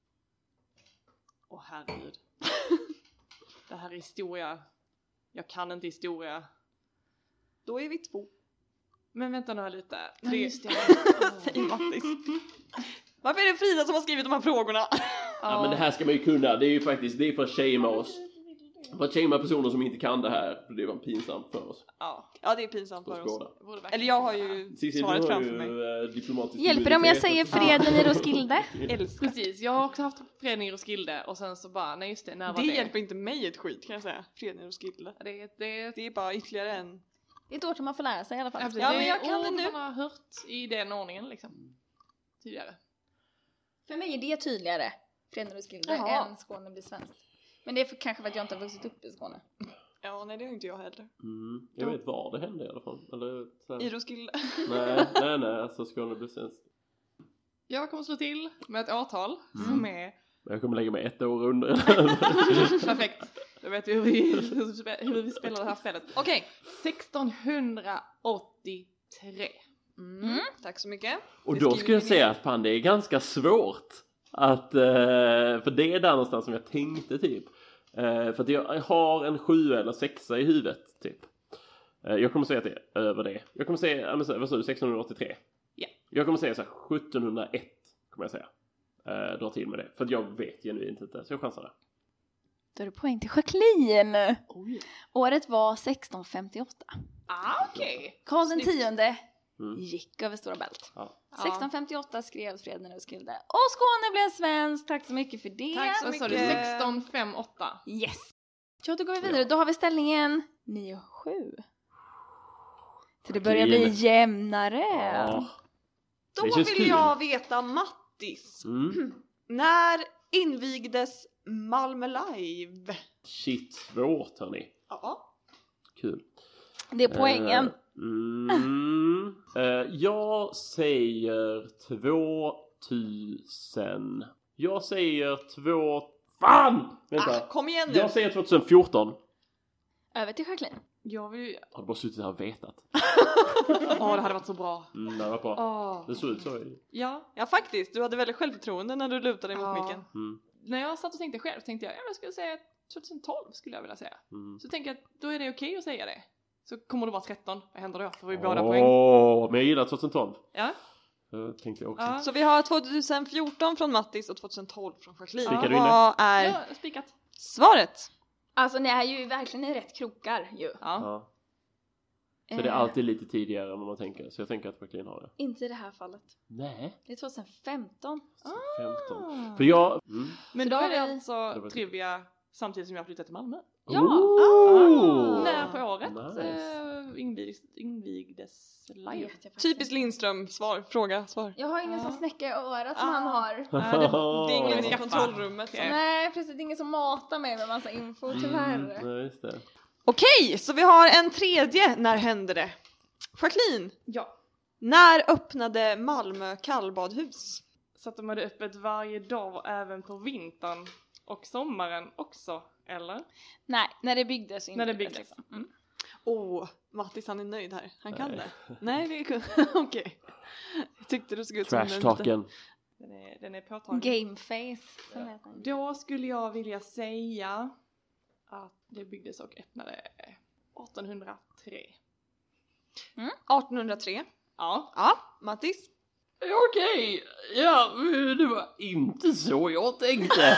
Åh herregud. Det här är historia. Jag kan inte historia. Då är vi 2. Men vänta nu här lite. Ja, just det. Säg Mattis. Varför är det Frida som har skrivit de här frågorna? Ja, men det här ska man ju kunna. Det är ju faktiskt, det är för att shamea oss. För att shamea personer som inte kan det här. Det var pinsamt för oss. Ja, det är pinsamt för oss. Borde Eller jag har ju svaret framför mig. Hjälper det om jag säger freden i Roskilde? Precis, jag har också haft freden i Roskilde. Och sen så bara, nej just det, när var det? Det hjälper inte mig ett skit, kan jag säga. Freden i Roskilde. Det är bara ytterligare en... Det är ett år som man får lära sig i alla fall. Ja, men jag kan det nu. Man har hört i den ordningen liksom. Tidigare. För mig är det tydligare, freden i Roskilde, än Skåne blir svenskt. Men det är kanske för att jag inte har vuxit upp i Skåne. Ja, nej det har inte jag heller. Jag vet var det hände i alla fall. Eller, så I Roskilde. nej, alltså Skåne blir svenskt. Jag kommer slå till med ett årtal som är... Jag kommer lägga mig 1 år under. Perfekt. Då vet vi hur vi spelar det här spelet. Okej. 1683. Tack så mycket. Och Det då skriver skulle jag vi säga ner. att fan, det är ganska svårt att, för det är där någonstans som jag tänkte typ. För att jag har en 7 eller 6 i huvudet typ. Jag kommer säga att det är över det. Jag kommer säga, vad sa du, 1683? Ja. Jag kommer säga så här 1701 kommer jag säga. Dra till med det. För att jag vet genuint inte, så jag chansar det. Då är det poäng till Jacqueline. Oh, yeah. Året var 1658. Okej. Karl den Snyggt. 10:e Mm. gick över Stora Bält. Ja. 1658 skrevs freden utskrivna. Och Skåne blev svensk. Tack så mycket för det. Tack så Vad sa du? mycket. 1658. Yes. Så då går vi vidare. Då har vi ställningen 9-7. Så det börjar bli Jacqueline. jämnare. Ja. Då Det känns vill kul. jag veta, Mattis. Mm. När invigdes Malmö Live? Shit, svårt hörni. Ja. Kul. Det är poängen. Jag säger 2000. Jag säger Fan! Vänta. Kom igen nu. Jag säger 2014. Över till Jacqueline. Jag vill... Har du bara suttit här och vetat? Åh, det hade varit så bra. Det var bra. Åh. Det såg ut så. Ja, Ja, faktiskt. Du hade väldigt självförtroende när du lutade dig mot Ja. micken. när jag satt och tänkte själv tänkte jag skulle säga 2012 skulle jag vilja säga. Så tänker jag att då är det okej att säga det. Så kommer det vara 13. Vad händer då? Får vi båda poäng? Men jag gillar 2012. Ja. Tänkte jag också. Ja. Så vi har 2014 från Mattis och 2012 från Jacqueline. Spikar du in Vad är Ja, spikat. svaret? Alltså ni är ju verkligen i rätt krokar ju. Ja. Ja. Så det är alltid lite tidigare än vad man tänker. Så jag tänker att Jacqueline har det. Inte i det här fallet. Nej. Det är 2015. 15. För jag... Men Så då då är har det vi- alltså Det var- trivia samtidigt som jag flyttat till Malmö. Ja. Oh! När på året Nice. invigdes live. Vet jag faktiskt Typiskt inte. Lindström, svar. Jag har ingen sån snäcka i örat som han har. Det är ingen i Skaffa. kontrollrummet. Okej. Nej, precis. Det är ingen som matar mig med massa info, tyvärr. Nej, just det. Okej, så vi har en tredje. När hände det? Jacqueline, Ja. när öppnade Malmö kallbadhus? Så att de hade öppet varje dag även på vintern och sommaren också, eller? Nej, när det byggdes. När det byggdes. Liksom. Mm. Mattis han är nöjd här. Han kan Nej. det. Nej, det är okej. Jag tyckte det såg ut som en liten... Trash-talken. Den är påtaglig. Gameface. som heter den. Då skulle jag vilja säga att det byggdes och öppnade 1803. 1803. Ja. Ja, Mattis. Okej, ja, det var inte så jag tänkte.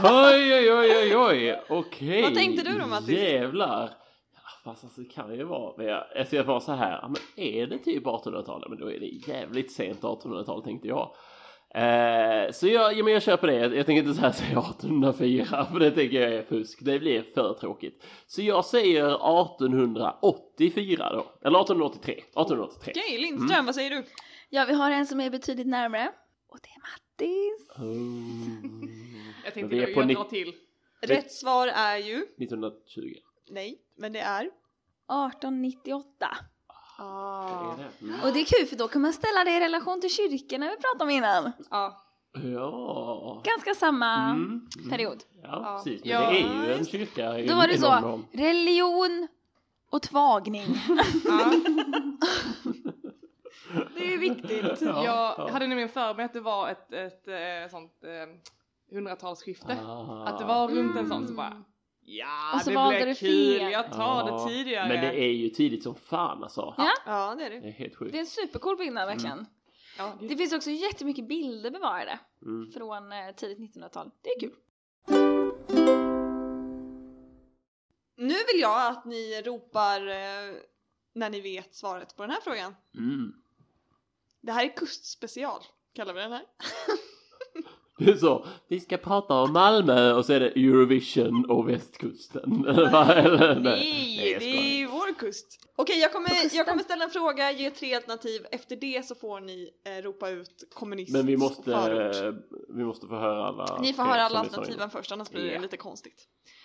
Oj. Okej. Vad tänkte du då, Mattis? Jävlar. Ja, fast alltså, det kan ju vara. Men jag var så här, ja, men är det typ 1800-talet? Men då är det jävligt sent 1800-tal tänkte jag. Så jag kör på det. Jag tänker inte så här säga 1804, för det tänker jag är fusk. Det blir för tråkigt. Så jag säger 1884 då. Eller 1883. Okej, Lindström, vad säger du? Ja, vi har en som är betydligt närmare. Och det är Mattis. Jag tänkte Men vi är på jag ni- drar till. Rätt svar är ju... 1920. Nej, men det är... 1898. Det är det. Och det är kul för då kan man ställa det i relation till kyrkorna vi pratade om innan. Ja. Ja. Ganska samma Mm. period. Ja, precis. Men Ja, det är ju en kyrka. Då var det i så, någon mån. religion och tvagning. Ja. Det är viktigt. Jag hade nämligen för mig att det var ett sånt 100-talsskifte. Att det var runt en sån så bara ja, Och så det valde blev du kul, fel. jag tar det tidigare. Men det är ju tidigt som fan alltså. Ja. Ja, det är Det är det. helt sjukt. Det är en supercool byggnad verkligen. Ja, Det finns också jättemycket bilder bevarade Mm. från tidigt 1900-tal. Det är kul. Nu vill jag att ni ropar när ni vet svaret på den här frågan. Mm. Det här är kustspecial, kallar vi den här. Det är så, vi ska prata om Malmö och så är det Eurovision och västkusten. Eller, Nej, jag det skojar. är vår kust. Okej, jag kommer ställa en fråga, ge 3 alternativ. Efter det så får ni ropa ut kommunist. Men vi förort. måste få höra alla. Ni får tre höra som alla vi sa alternativen innan. först, annars blir det Ja. lite konstigt.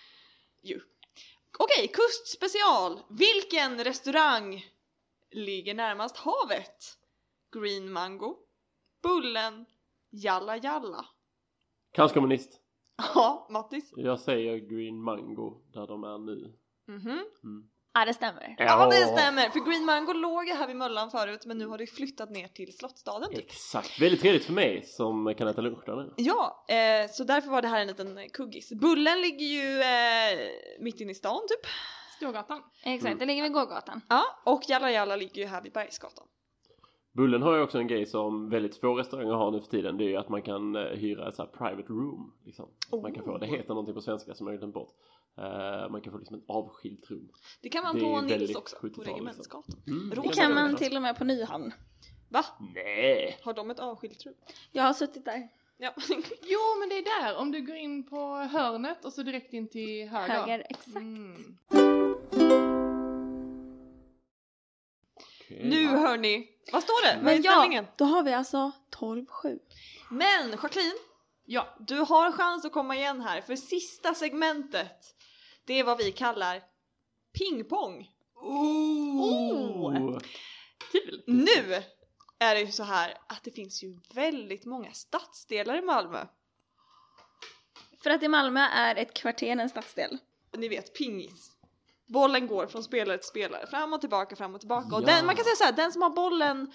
Okej, kustspecial. Vilken restaurang ligger närmast havet? Green Mango, Bullen, Jalla Jalla. Kanske kommunist. Ja, Mattis. Jag säger Green Mango där de är nu. Mhm. Ja, det stämmer. Ja, det stämmer. För Green Mango låg här vid Möllan förut, men nu har det flyttat ner till Slottsstaden. Typ. Exakt, väldigt trevligt för mig som kan äta lunch där nu. Ja, så därför var det här en liten kuggis. Bullen ligger ju mitt inne i stan typ. Storgatan. Exakt, det ligger vid gågatan. Ja, och Jalla Jalla ligger ju här vid Bergsgatan. Bullen har ju också en grej som väldigt få restauranger har nu för tiden. Det är ju att man kan hyra ett så här private room. Liksom. Man kan få, det heter någonting på svenska som jag glömt bort. Man kan få liksom ett avskilt rum. Det kan man Det på är Nils väldigt också, 70-tal, på Regementsgatan. Mm. Det kan man till och med på Nyhamn. Va? Nej. Har de ett avskilt rum? Jag har suttit där. Ja. Jo, men det är där. Om du går in på hörnet och så direkt in till höger. Exakt. Mm. Okay. Nu hör ni. Vad står det? Vad är Men ställningen? ja, då har vi alltså 12-7. Men Jacqueline, Ja. du har chans att komma igen här. För sista segmentet, det är vad vi kallar pingpong. Oh. Kul. Nu är det ju så här att det finns ju väldigt många stadsdelar i Malmö. För att i Malmö är ett kvarter en stadsdel. Ni vet, pingis. Bollen går från spelare till spelare, fram och tillbaka, fram och tillbaka. Och Ja. den, man kan säga så här, den som har bollen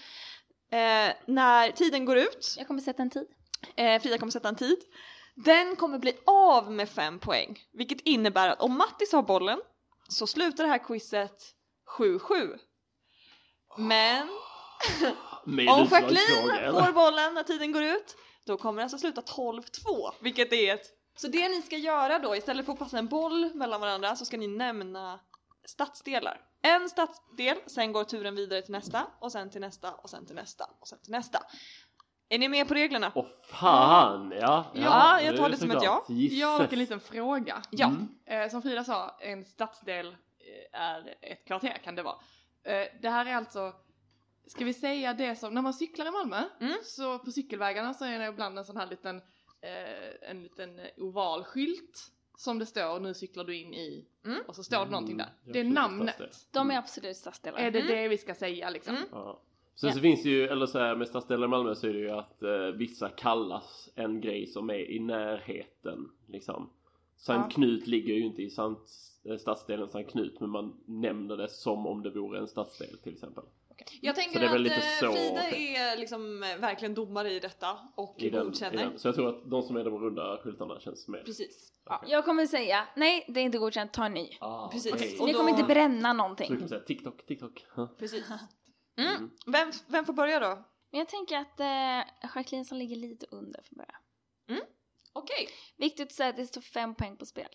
när tiden går ut, Jag kommer sätta en tid. Frida kommer sätta en tid, den kommer bli av med 5 poäng. Vilket innebär att om Mattis har bollen så slutar det här quizet 7-7. Men om Jacqueline får bollen när tiden går ut, då kommer det alltså sluta 12-2. Vilket är ett... Så det ni ska göra då, istället för att passa en boll mellan varandra, så ska ni nämna stadsdelar. En stadsdel, sen går turen vidare till nästa, och sen till nästa, och sen till nästa, och sen till nästa. Är ni med på reglerna? Åh fan, ja. Ja, jag tar det som ett ja. Jag har en liten fråga. Ja. Som Frida sa, en stadsdel är ett kvarter kan det vara. Det här är alltså, ska vi säga det som, när man cyklar i Malmö, så på cykelvägarna så är det ibland en sån här en liten oval skylt som det står, nu cyklar du in i, och så står det någonting där. Det är namnet. De är absolut stadsdelar. Är det vi ska säga liksom? Ja. Sen så finns det ju, eller så här, med stadsdelar i Malmö så är det ju att vissa kallas en grej som är i närheten liksom. Sankt Knut ligger ju inte i stadsdelen Sankt Knut, men man nämner det som om det vore en stadsdel till exempel. Jag tänker det är väl att lite så, Frida är liksom verkligen domare i detta och godkänner. Så jag tror att de som är de runda skyltarna känns med. Precis. Okay. Jag kommer säga, nej det är inte godkänt, ta en ny. Precis. Okay. Och Ni då... kommer inte bränna Så någonting. du kan säga TikTok. Precis. Vem får börja då? Men jag tänker att Jacqueline som ligger lite under får börja. Okej. Viktigt att säga att det står 5 poäng på spel.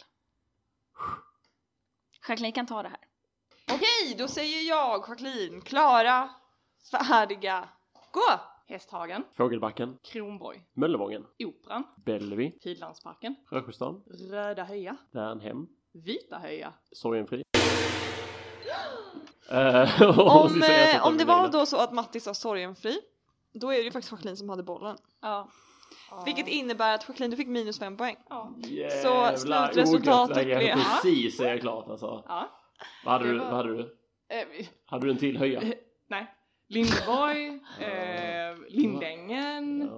Jacqueline kan ta det här. Okej, då säger jag, Jacqueline, klara, färdiga, gå! Hästhagen, Fågelbacken, Kronborg, Möllevången, Operan, Bellevue, Fridlandsparken, Rösjöstan, Röda höja, Värnhem, Vita höja. Sorgenfri. Om det var då så att Mattis sa Sorgenfri, då är det ju faktiskt Jacqueline som hade bollen. Ja. Vilket innebär att Jacqueline, du fick minus 5 poäng. Jävlar, Så slutresultatet blev... Precis är jag klart alltså. Ja. Vad hade du? Hade du en till höja? Nej. Lindeborg, Lindängen,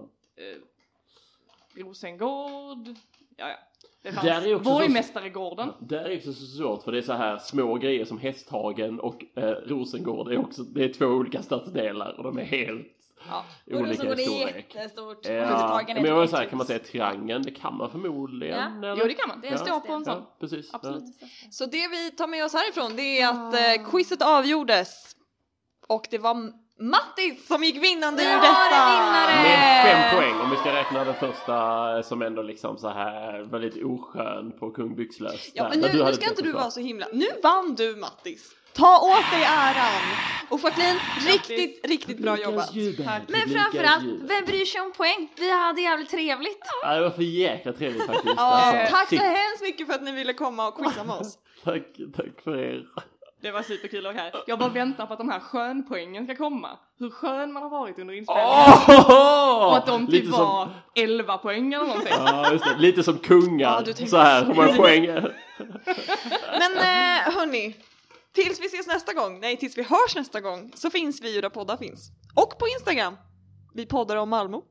Rosengård. Ja. Det fanns Där är också Borgmästaregården. Där är också så svårt, för det är så här små grejer som Hästhagen och Rosengård är också, det är 2 olika stadsdelar och de är helt olika i storlek. Jättestort. Men jag vill säga, kan man säga triangeln? Det kan man förmodligen. Ja. Jo, det kan man. Det står på en sån. Ja, precis. Absolut. Så det vi tar med oss härifrån, det är att quizet avgjordes. Och det var Mattis som gick vinnande ur detta. Med 5 poäng, om vi ska räkna den första som ändå liksom så här väldigt oskön på Kung Byxlös. Ja, men nu ska inte du vara så himla. Nu vann du, Mattis. Ta åt dig äran. Och Jacqueline, riktigt bra jobbat. Men framförallt, vem bryr sig om poäng? Vi hade jävligt trevligt. Ja, det var för jäkla trevligt faktiskt. Tack så hemskt mycket för att ni ville komma och quizza med oss. Tack för er. Det var superkul att vara här. Jag bara väntar på att de här skönpoängen ska komma. Hur skön man har varit under inspelningen. Och att de typ var 11 poäng eller någonting. Ja, just det. Lite som kungar. Så här, hur många poäng. Men hörni, tills vi ses nästa gång, tills vi hörs nästa gång, så finns vi ju där poddar finns. Och på Instagram. Vi poddar om Malmö.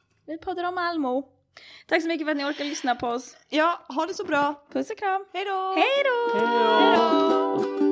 Tack så mycket för att ni orkar lyssna på oss. Ja, ha det så bra. Puss och kram. Hej då! Hej då!